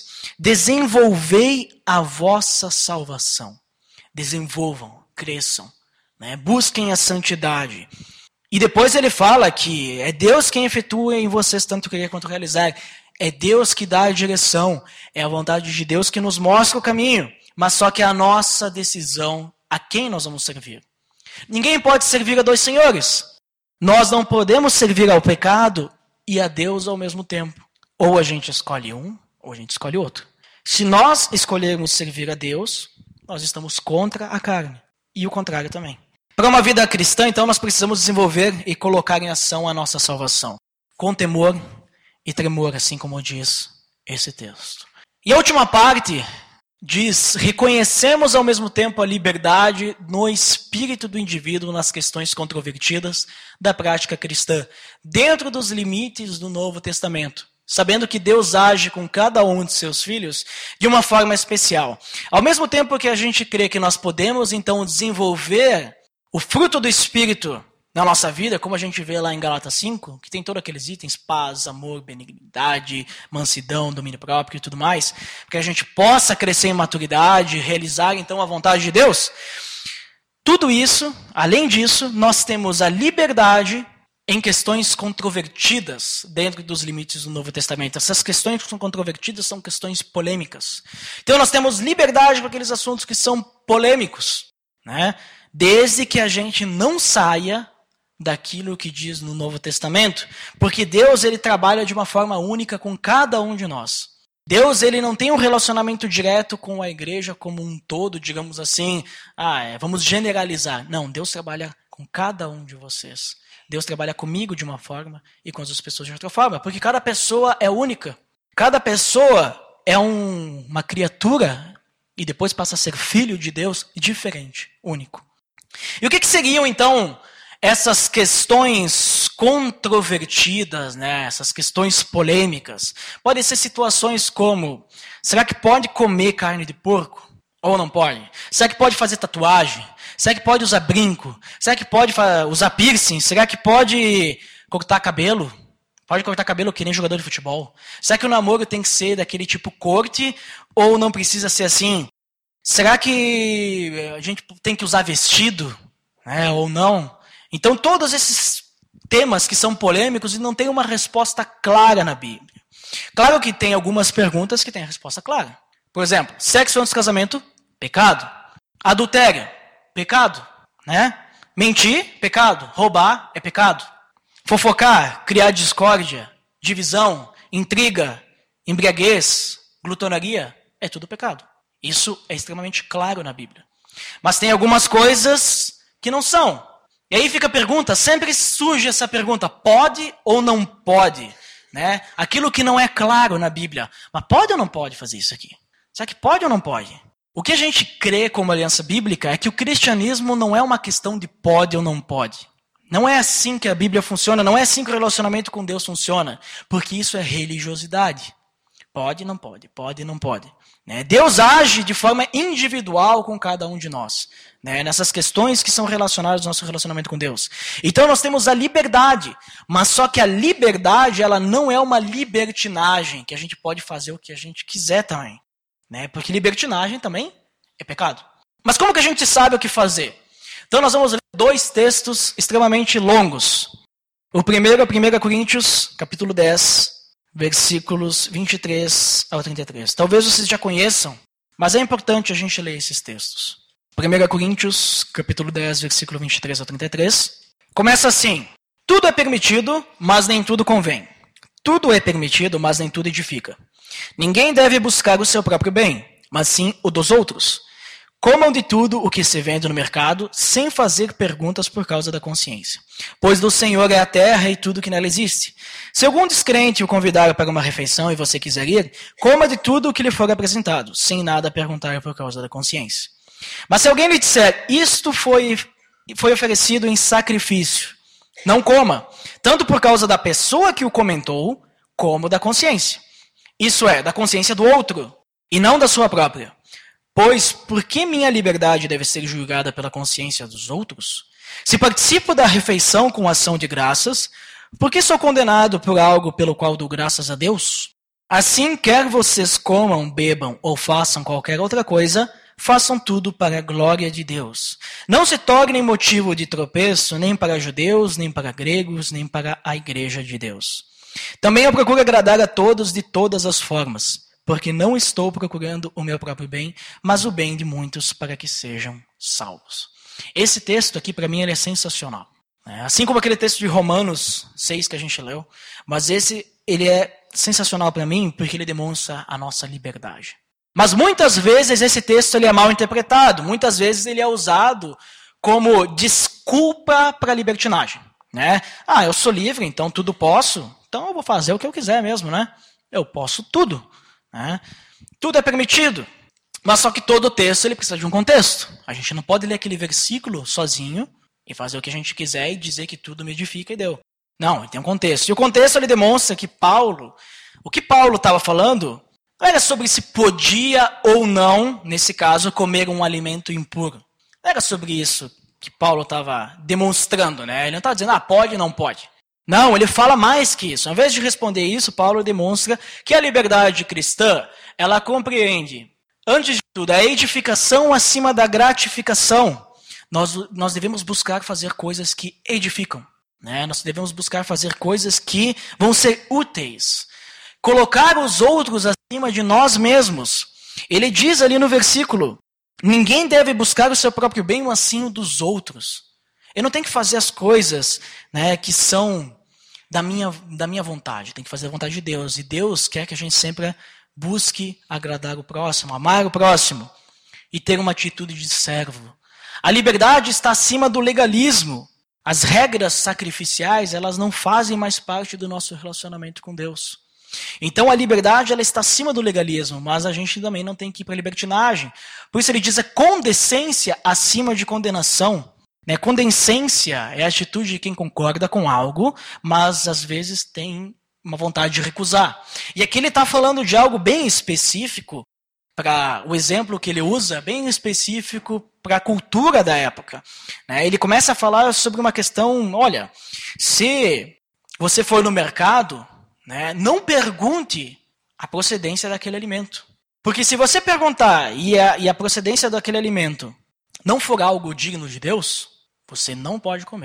desenvolvei a vossa salvação. Desenvolvam, cresçam, né? Busquem a santidade. E depois ele fala que é Deus quem efetua em vocês tanto querer quanto realizar. É Deus que dá a direção. É a vontade de Deus que nos mostra o caminho. Mas só que é a nossa decisão a quem nós vamos servir. Ninguém pode servir a dois senhores. Nós não podemos servir ao pecado e a Deus ao mesmo tempo. Ou a gente escolhe um, ou a gente escolhe outro. Se nós escolhermos servir a Deus, nós estamos contra a carne. E o contrário também. Para uma vida cristã, então, nós precisamos desenvolver e colocar em ação a nossa salvação. Com temor e tremor, assim como diz esse texto. E a última parte diz, reconhecemos ao mesmo tempo a liberdade no espírito do indivíduo nas questões controvertidas da prática cristã, dentro dos limites do Novo Testamento. Sabendo que Deus age com cada um de seus filhos de uma forma especial. Ao mesmo tempo que a gente crê que nós podemos, então, desenvolver o fruto do Espírito na nossa vida, como a gente vê lá em Gálatas cinco, que tem todos aqueles itens, paz, amor, benignidade, mansidão, domínio próprio e tudo mais, para que a gente possa crescer em maturidade, realizar, então, a vontade de Deus. Tudo isso, além disso, nós temos a liberdade em questões controvertidas dentro dos limites do Novo Testamento. Essas questões que são controvertidas são questões polêmicas. Então nós temos liberdade para aqueles assuntos que são polêmicos, né? Desde que a gente não saia daquilo que diz no Novo Testamento, porque Deus ele trabalha de uma forma única com cada um de nós. Deus ele não tem um relacionamento direto com a igreja como um todo, digamos assim, ah, é, vamos generalizar. Não, Deus trabalha com cada um de vocês. Deus trabalha comigo de uma forma e com as outras pessoas de outra forma, porque cada pessoa é única. Cada pessoa é um, uma criatura e depois passa a ser filho de Deus diferente, único. E o que, que seriam então essas questões controvertidas, né? Essas questões polêmicas? Podem ser situações como, será que pode comer carne de porco ou não pode? Será que pode fazer tatuagem? Será que pode usar brinco? Será que pode usar piercing? Será que pode cortar cabelo? Pode cortar cabelo que nem jogador de futebol? Será que o namoro tem que ser daquele tipo corte ou não precisa ser assim? Será que a gente tem que usar vestido, né, ou não? Então todos esses temas que são polêmicos e não tem uma resposta clara na Bíblia. Claro que tem algumas perguntas que têm a resposta clara. Por exemplo, sexo antes do casamento, pecado. Adultério, pecado, né? Mentir, pecado. Roubar é pecado. Fofocar, criar discórdia, divisão, intriga, embriaguez, glutonaria, é tudo pecado. Isso é extremamente claro na Bíblia. Mas tem algumas coisas que não são. E aí fica a pergunta, sempre surge essa pergunta, pode ou não pode? Né? Aquilo que não é claro na Bíblia. Mas pode ou não pode fazer isso aqui? Será que pode ou não pode? O que a gente crê como aliança bíblica é que o cristianismo não é uma questão de pode ou não pode. Não é assim que a Bíblia funciona, não é assim que o relacionamento com Deus funciona, porque isso é religiosidade. Pode, não pode, pode, não pode. Né? Deus age de forma individual com cada um de nós, né? Nessas questões que são relacionadas ao nosso relacionamento com Deus. Então nós temos a liberdade, mas só que a liberdade ela não é uma libertinagem, que a gente pode fazer o que a gente quiser também. Né? Porque libertinagem também é pecado. Mas como que a gente sabe o que fazer? Então nós vamos ler dois textos extremamente longos. O primeiro é primeira Coríntios, capítulo dez, versículos vinte e três ao trinta e três. Talvez vocês já conheçam, mas é importante a gente ler esses textos. primeira Coríntios, capítulo dez, versículo vinte e três ao trinta e três. Começa assim: tudo é permitido, mas nem tudo convém. Tudo é permitido, mas nem tudo edifica. Ninguém deve buscar o seu próprio bem, mas sim o dos outros. Comam de tudo o que se vende no mercado, sem fazer perguntas por causa da consciência. Pois do Senhor é a terra e tudo que nela existe. Se algum descrente o convidar para uma refeição e você quiser ir, coma de tudo o que lhe for apresentado, sem nada perguntar por causa da consciência. Mas se alguém lhe disser, isto foi, foi oferecido em sacrifício, não coma, tanto por causa da pessoa que o comentou, como da consciência. Isso é, da consciência do outro, e não da sua própria. Pois, por que minha liberdade deve ser julgada pela consciência dos outros? Se participo da refeição com ação de graças, por que sou condenado por algo pelo qual dou graças a Deus? Assim, quer vocês comam, bebam ou façam qualquer outra coisa, façam tudo para a glória de Deus. Não se tornem motivo de tropeço nem para judeus, nem para gregos, nem para a igreja de Deus. Também eu procuro agradar a todos de todas as formas, porque não estou procurando o meu próprio bem, mas o bem de muitos para que sejam salvos. Esse texto aqui, para mim, ele é sensacional. Assim como aquele texto de Romanos seis que a gente leu, mas esse ele é sensacional para mim porque ele demonstra a nossa liberdade. Mas muitas vezes esse texto ele é mal interpretado, muitas vezes ele é usado como desculpa para a libertinagem. Né? Ah, eu sou livre, então tudo posso, então eu vou fazer o que eu quiser mesmo, né? Eu posso tudo. Né? Tudo é permitido, mas só que todo texto ele precisa de um contexto. A gente não pode ler aquele versículo sozinho e fazer o que a gente quiser e dizer que tudo me edifica e deu. Não, ele tem um contexto. E o contexto ele demonstra que Paulo, o que Paulo estava falando, não era sobre se podia ou não, nesse caso, comer um alimento impuro. Não era sobre isso que Paulo estava demonstrando, né? Ele não estava dizendo, ah, pode ou não pode. Não, ele fala mais que isso. Ao invés de responder isso, Paulo demonstra que a liberdade cristã, ela compreende, antes de tudo, a edificação acima da gratificação. Nós, nós devemos buscar fazer coisas que edificam. Né? Nós devemos buscar fazer coisas que vão ser úteis. Colocar os outros acima de nós mesmos. Ele diz ali no versículo, ninguém deve buscar o seu próprio bem, mas sim o dos outros. Eu não tenho que fazer as coisas, né, que são da minha, da minha vontade. Tem que fazer a vontade de Deus. E Deus quer que a gente sempre busque agradar o próximo, amar o próximo e ter uma atitude de servo. A liberdade está acima do legalismo. As regras sacrificiais, elas não fazem mais parte do nosso relacionamento com Deus. Então a liberdade ela está acima do legalismo, mas a gente também não tem que ir para a libertinagem. Por isso ele diz a condescência acima de condenação. Né? Condescência é a atitude de quem concorda com algo, mas às vezes tem uma vontade de recusar. E aqui ele está falando de algo bem específico, para o exemplo que ele usa, bem específico para a cultura da época. Né? Ele começa a falar sobre uma questão, olha, se você for no mercado, né, não pergunte a procedência daquele alimento. Porque se você perguntar e a, e a procedência daquele alimento não for algo digno de Deus, você não pode comer.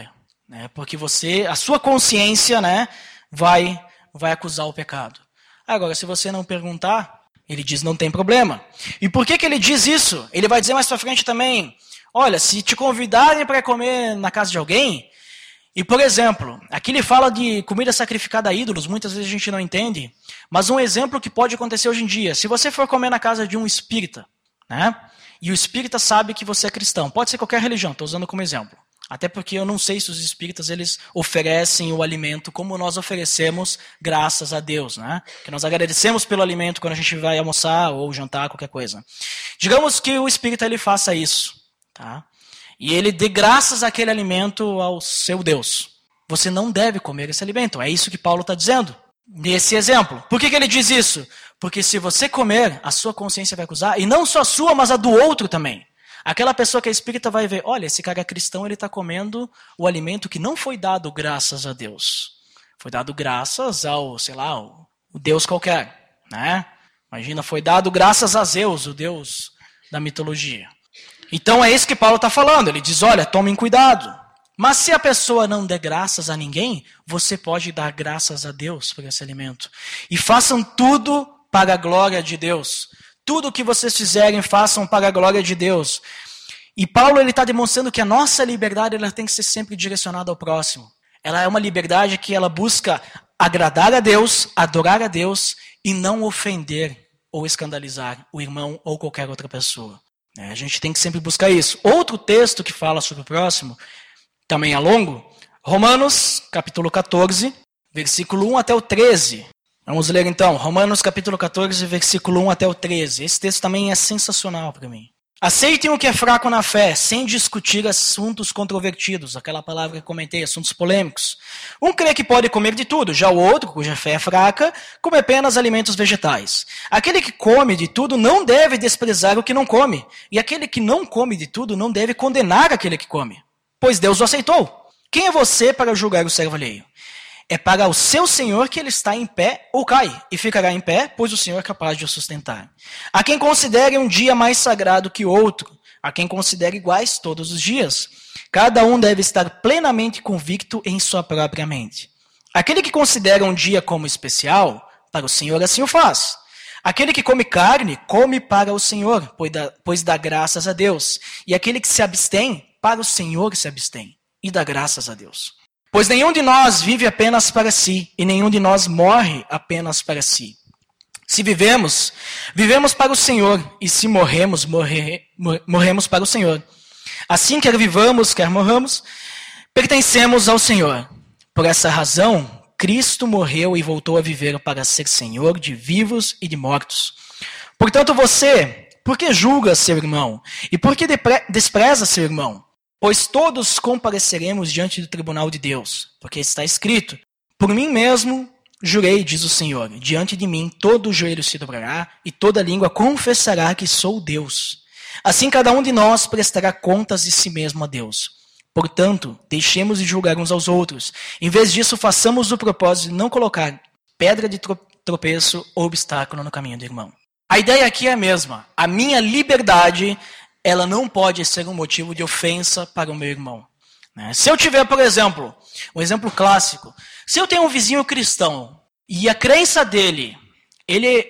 né? Porque você, a sua consciência, né, vai, vai acusar o pecado. Agora, se você não perguntar, ele diz não tem problema. E por que que ele diz isso? Ele vai dizer mais pra frente também, olha, se te convidarem para comer na casa de alguém, e por exemplo, aqui ele fala de comida sacrificada a ídolos, muitas vezes a gente não entende, mas um exemplo que pode acontecer hoje em dia, se você for comer na casa de um espírita, né, e o espírita sabe que você é cristão, pode ser qualquer religião, estou usando como exemplo, até porque eu não sei se os espíritas eles oferecem o alimento como nós oferecemos graças a Deus, né, que nós agradecemos pelo alimento quando a gente vai almoçar ou jantar, qualquer coisa. Digamos que o espírita ele faça isso, tá? E ele dê graças àquele alimento ao seu Deus. Você não deve comer esse alimento. É isso que Paulo está dizendo nesse exemplo. Por que que ele diz isso? Porque se você comer, a sua consciência vai acusar, e não só a sua, mas a do outro também. Aquela pessoa que é espírita vai ver, olha, esse cara cristão ele está comendo o alimento que não foi dado graças a Deus. Foi dado graças ao, sei lá, o Deus qualquer, né? Imagina, foi dado graças a Zeus, o Deus da mitologia. Então é isso que Paulo está falando. Ele diz, olha, tomem cuidado. Mas se a pessoa não der graças a ninguém, você pode dar graças a Deus por esse alimento. E façam tudo para a glória de Deus. Tudo o que vocês fizerem, façam para a glória de Deus. E Paulo está demonstrando que a nossa liberdade ela tem que ser sempre direcionada ao próximo. Ela é uma liberdade que ela busca agradar a Deus, adorar a Deus e não ofender ou escandalizar o irmão ou qualquer outra pessoa. A gente tem que sempre buscar isso. Outro texto que fala sobre o próximo, também é longo, Romanos, capítulo quatorze, versículo um até o treze. Vamos ler então, Romanos, capítulo quatorze, versículo um até o treze. Esse texto também é sensacional para mim. Aceitem o que é fraco na fé, sem discutir assuntos controvertidos, aquela palavra que comentei, assuntos polêmicos. Um crê que pode comer de tudo, já o outro, cuja fé é fraca, come apenas alimentos vegetais. Aquele que come de tudo não deve desprezar o que não come, e aquele que não come de tudo não deve condenar aquele que come, pois Deus o aceitou. Quem é você para julgar o servo alheio? É para o seu Senhor que ele está em pé ou cai, e ficará em pé, pois o Senhor é capaz de o sustentar. A quem considere um dia mais sagrado que outro, a quem considere iguais todos os dias. Cada um deve estar plenamente convicto em sua própria mente. Aquele que considera um dia como especial, para o Senhor assim o faz. Aquele que come carne, come para o Senhor, pois dá, pois dá graças a Deus. E aquele que se abstém, para o Senhor se abstém, e dá graças a Deus. Pois nenhum de nós vive apenas para si, e nenhum de nós morre apenas para si. Se vivemos, vivemos para o Senhor, e se morremos, morre, morremos para o Senhor. Assim, quer vivamos, quer morramos, pertencemos ao Senhor. Por essa razão, Cristo morreu e voltou a viver para ser Senhor de vivos e de mortos. Portanto, você, por que julga seu irmão? E por que despreza seu irmão? Pois todos compareceremos diante do tribunal de Deus, porque está escrito, por mim mesmo jurei, diz o Senhor, diante de mim todo o joelho se dobrará e toda língua confessará que sou Deus. Assim cada um de nós prestará contas de si mesmo a Deus. Portanto, deixemos de julgar uns aos outros. Em vez disso, façamos o propósito de não colocar pedra de tropeço ou obstáculo no caminho do irmão. A ideia aqui é a mesma. A minha liberdade ela não pode ser um motivo de ofensa para o meu irmão. Se eu tiver, por exemplo, um exemplo clássico, se eu tenho um vizinho cristão e a crença dele, ele,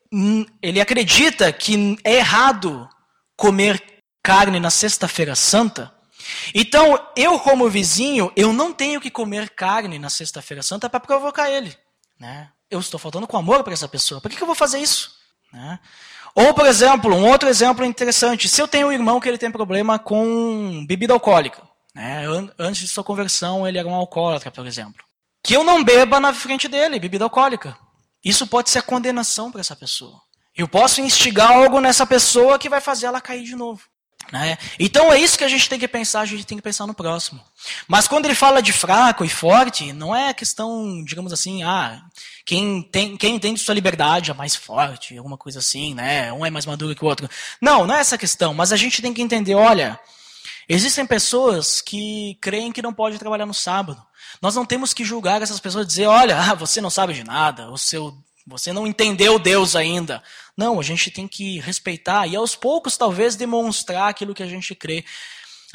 ele acredita que é errado comer carne na sexta-feira santa, então eu como vizinho, eu não tenho que comer carne na sexta-feira santa para provocar ele. Eu estou faltando com amor para essa pessoa, por que eu vou fazer isso? Ou, por exemplo, um outro exemplo interessante, se eu tenho um irmão que ele tem problema com bebida alcoólica, né? Antes de sua conversão ele era um alcoólatra, por exemplo, que eu não beba na frente dele, bebida alcoólica. Isso pode ser condenação para essa pessoa. Eu posso instigar algo nessa pessoa que vai fazer ela cair de novo. Né? Então é isso que a gente tem que pensar, a gente tem que pensar no próximo. Mas quando ele fala de fraco e forte, não é questão, digamos assim, ah, quem, tem, quem entende sua liberdade é mais forte, alguma coisa assim, né? Um é mais maduro que o outro. Não, não é essa questão, mas a gente tem que entender, olha, existem pessoas que creem que não pode trabalhar no sábado. Nós não temos que julgar essas pessoas e dizer, olha, ah, você não sabe de nada, o seu... Você não entendeu Deus ainda. Não, a gente tem que respeitar e aos poucos talvez demonstrar aquilo que a gente crê.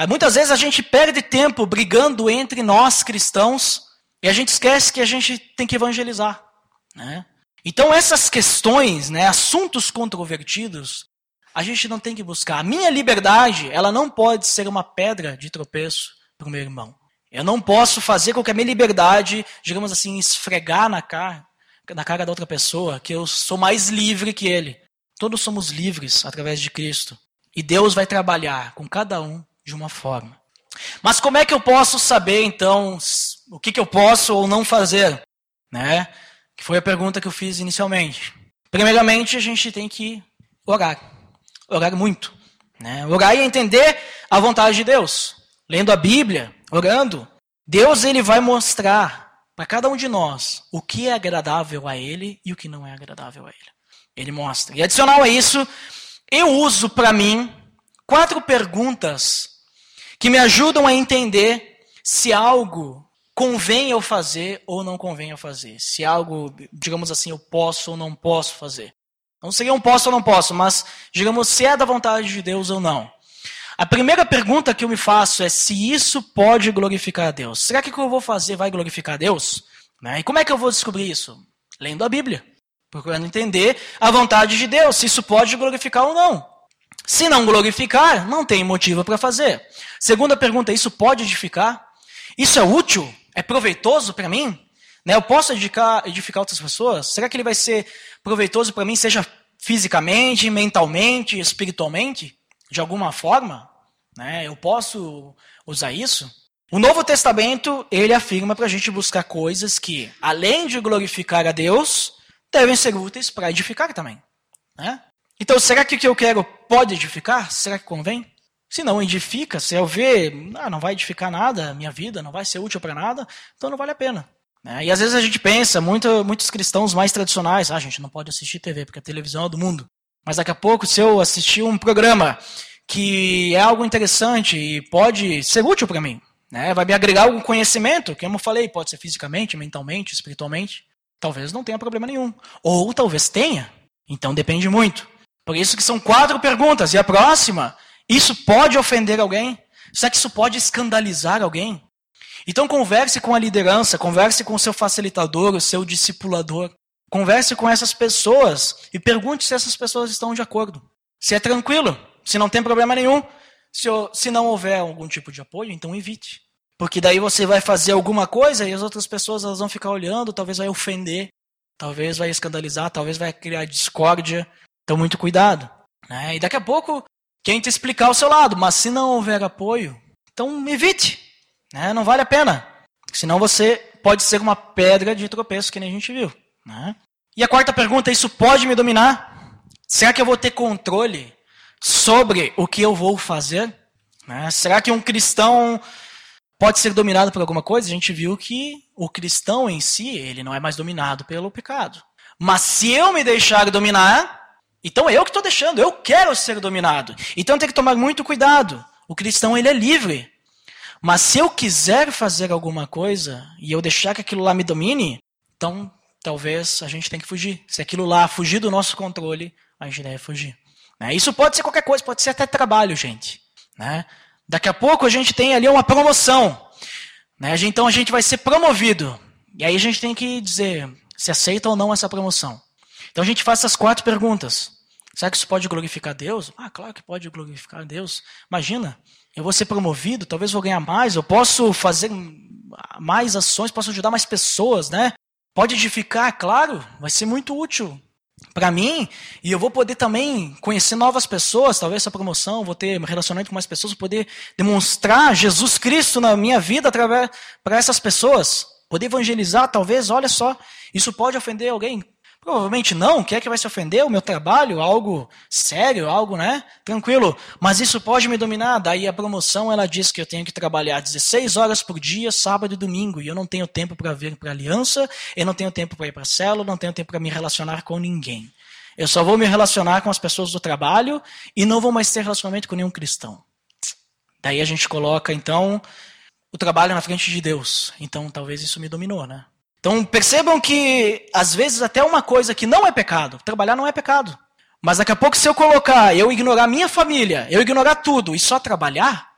Muitas vezes a gente perde tempo brigando entre nós cristãos e a gente esquece que a gente tem que evangelizar, né? Então essas questões, né, assuntos controvertidos, a gente não tem que buscar. A minha liberdade, ela não pode ser uma pedra de tropeço para o meu irmão. Eu não posso fazer com que a minha liberdade, digamos assim, esfregar na cara, na cara da outra pessoa que eu sou mais livre que ele. Todos somos livres através de Cristo. E Deus vai trabalhar com cada um de uma forma. Mas como é que eu posso saber, então, o que, que eu posso ou não fazer? Né? Que foi a pergunta que eu fiz inicialmente. Primeiramente, a gente tem que orar. Orar muito. Né? Orar e entender a vontade de Deus. Lendo a Bíblia, orando, Deus ele vai mostrar para cada um de nós o que é agradável a Ele e o que não é agradável a Ele. Ele mostra. E adicional a isso, eu uso para mim quatro perguntas que me ajudam a entender se algo convém eu fazer ou não convém eu fazer. Se algo, digamos assim, eu posso ou não posso fazer. Não seria um posso ou não posso, mas, digamos, se é da vontade de Deus ou não. A primeira pergunta que eu me faço é se isso pode glorificar a Deus. Será que o que eu vou fazer vai glorificar a Deus? Né? E como é que eu vou descobrir isso? Lendo a Bíblia. Procurando entender a vontade de Deus, se isso pode glorificar ou não. Se não glorificar, não tem motivo para fazer. Segunda pergunta, isso pode edificar? Isso é útil? É proveitoso para mim? Né? Eu posso edificar, edificar outras pessoas? Será que ele vai ser proveitoso para mim, seja fisicamente, mentalmente, espiritualmente? De alguma forma? Né? Eu posso usar isso? O Novo Testamento, ele afirma para a gente buscar coisas que, além de glorificar a Deus, devem ser úteis para edificar também. Né? Então, será que o que eu quero pode edificar? Será que convém? Se não edifica, se eu ver, ah, não vai edificar nada, minha vida não vai ser útil para nada, então não vale a pena. Né? E às vezes a gente pensa, muito, muitos cristãos mais tradicionais, ah, a gente não pode assistir T V, porque a televisão é do mundo. Mas daqui a pouco, se eu assistir um programa que é algo interessante e pode ser útil para mim, né? Vai me agregar algum conhecimento, que como eu falei, pode ser fisicamente, mentalmente, espiritualmente, talvez não tenha problema nenhum. Ou talvez tenha. Então depende muito. Por isso que são quatro perguntas. E a próxima, isso pode ofender alguém? Será que isso pode escandalizar alguém? Então converse com a liderança, converse com o seu facilitador, o seu discipulador. Converse com essas pessoas e pergunte se essas pessoas estão de acordo. Se é tranquilo, se não tem problema nenhum. Se, se não houver algum tipo de apoio, então evite. Porque daí você vai fazer alguma coisa e as outras pessoas elas vão ficar olhando, talvez vai ofender, talvez vai escandalizar, talvez vai criar discórdia. Então muito cuidado. Né? E daqui a pouco, quem te explicar ao seu lado, mas se não houver apoio, então evite. Né? Não vale a pena. Senão você pode ser uma pedra de tropeço, que nem a gente viu. Né? E a quarta pergunta, isso pode me dominar? Será que eu vou ter controle sobre o que eu vou fazer? Né? Será que um cristão pode ser dominado por alguma coisa? A gente viu que o cristão em si, ele não é mais dominado pelo pecado. Mas se eu me deixar dominar, então é eu que estou deixando, eu quero ser dominado. Então tem que tomar muito cuidado. O cristão, ele é livre. Mas se eu quiser fazer alguma coisa e eu deixar que aquilo lá me domine, então talvez a gente tenha que fugir. Se aquilo lá fugir do nosso controle, a gente deve fugir. Né? Isso pode ser qualquer coisa, pode ser até trabalho, gente. Né? Daqui a pouco a gente tem ali uma promoção. Né? Então a gente vai ser promovido. E aí a gente tem que dizer se aceita ou não essa promoção. Então a gente faz essas quatro perguntas. Será que isso pode glorificar Deus? Ah, claro que pode glorificar Deus. Imagina, eu vou ser promovido, talvez vou ganhar mais, eu posso fazer mais ações, posso ajudar mais pessoas, né? Pode edificar, claro, vai ser muito útil para mim, e eu vou poder também conhecer novas pessoas, talvez essa promoção, vou ter relacionamento com mais pessoas, vou poder demonstrar Jesus Cristo na minha vida através para essas pessoas, poder evangelizar, talvez, olha só, isso pode ofender alguém? Provavelmente não, quem é que vai se ofender? O meu trabalho, algo sério, algo, né? Tranquilo. Mas isso pode me dominar. Daí a promoção, ela diz que eu tenho que trabalhar dezesseis horas por dia, sábado e domingo. E eu não tenho tempo para vir para a aliança, eu não tenho tempo para ir para a célula, não tenho tempo para me relacionar com ninguém. Eu só vou me relacionar com as pessoas do trabalho e não vou mais ter relacionamento com nenhum cristão. Daí a gente coloca, então, o trabalho na frente de Deus. Então talvez isso me dominou, né? Então percebam que, às vezes, até uma coisa que não é pecado, trabalhar não é pecado. Mas daqui a pouco, se eu colocar, eu ignorar minha família, eu ignorar tudo e só trabalhar,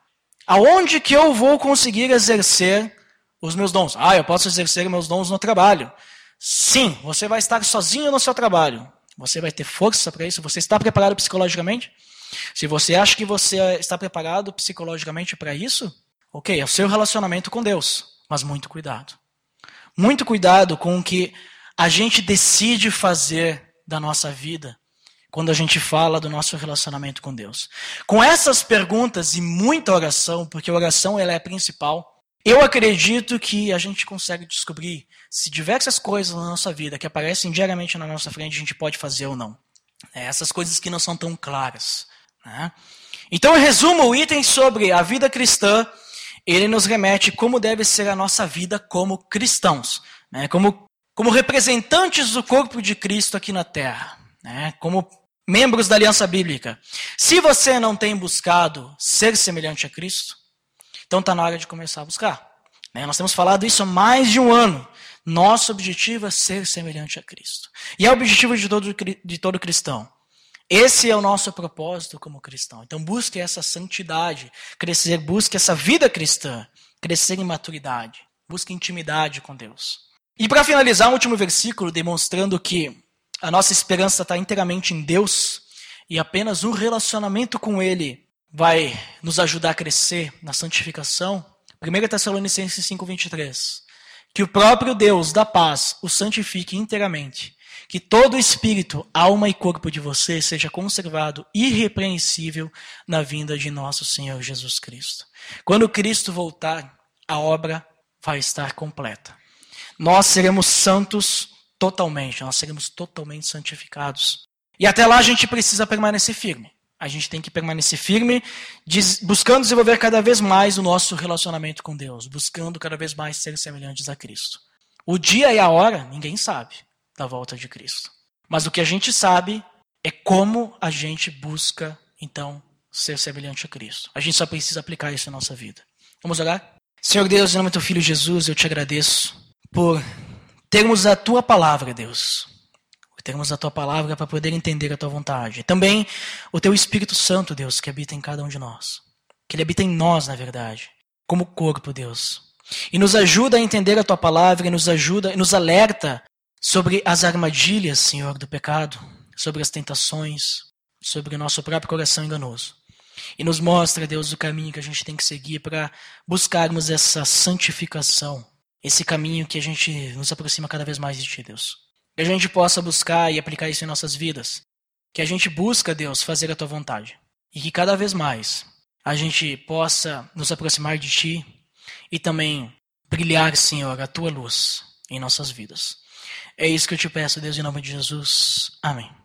Aonde que eu vou conseguir exercer os meus dons? Ah, eu posso exercer meus dons no trabalho. Sim, você vai estar sozinho no seu trabalho. Você vai ter força para isso? Você está preparado psicologicamente? Se você acha que você está preparado psicologicamente para isso, ok, é o seu relacionamento com Deus. Mas muito cuidado. Muito cuidado com o que a gente decide fazer da nossa vida quando a gente fala do nosso relacionamento com Deus. Com essas perguntas e muita oração, porque a oração ela é a principal, eu acredito que a gente consegue descobrir se diversas coisas na nossa vida que aparecem diariamente na nossa frente a gente pode fazer ou não. É, essas coisas que não são tão claras. Né? Então, em resumo, o item sobre a vida cristã, ele nos remete como deve ser a nossa vida como cristãos, né? como, como representantes do corpo de Cristo aqui na Terra, né? Como membros da Aliança Bíblica. Se você não tem buscado ser semelhante a Cristo, então está na hora de começar a buscar. Né? Nós temos falado isso há mais de um ano. Nosso objetivo é ser semelhante a Cristo. E é o objetivo de todo, de todo cristão. Esse é o nosso propósito como cristão. Então busque essa santidade, crescer, busque essa vida cristã, crescer em maturidade, busque intimidade com Deus. E para finalizar, um último versículo demonstrando que a nossa esperança está inteiramente em Deus e apenas um relacionamento com Ele vai nos ajudar a crescer na santificação. primeira Tessalonicenses cinco, vinte e três. Que o próprio Deus da paz o santifique inteiramente. Que todo espírito, alma e corpo de você seja conservado irrepreensível na vinda de nosso Senhor Jesus Cristo. Quando Cristo voltar, a obra vai estar completa. Nós seremos santos totalmente, nós seremos totalmente santificados. E até lá a gente precisa permanecer firme. A gente tem que permanecer firme, buscando desenvolver cada vez mais o nosso relacionamento com Deus, buscando cada vez mais ser semelhantes a Cristo. O dia e a hora, ninguém sabe da volta de Cristo. Mas o que a gente sabe é como a gente busca, então, ser semelhante a Cristo. A gente só precisa aplicar isso na nossa vida. Vamos orar? Senhor Deus, em nome do Teu Filho Jesus, eu te agradeço por termos a Tua palavra, Deus. Por termos a Tua palavra para poder entender a Tua vontade. Também o Teu Espírito Santo, Deus, que habita em cada um de nós. Que Ele habita em nós, na verdade, como corpo, Deus. E nos ajuda a entender a Tua palavra, e nos ajuda, e nos alerta sobre as armadilhas, Senhor, do pecado, sobre as tentações, sobre o nosso próprio coração enganoso. E nos mostra, Deus, o caminho que a gente tem que seguir para buscarmos essa santificação, esse caminho que a gente nos aproxima cada vez mais de Ti, Deus. Que a gente possa buscar e aplicar isso em nossas vidas. Que a gente busca, Deus, fazer a Tua vontade. E que cada vez mais a gente possa nos aproximar de Ti e também brilhar, Senhor, a Tua luz em nossas vidas. É isso que eu te peço, Deus, em nome de Jesus. Amém.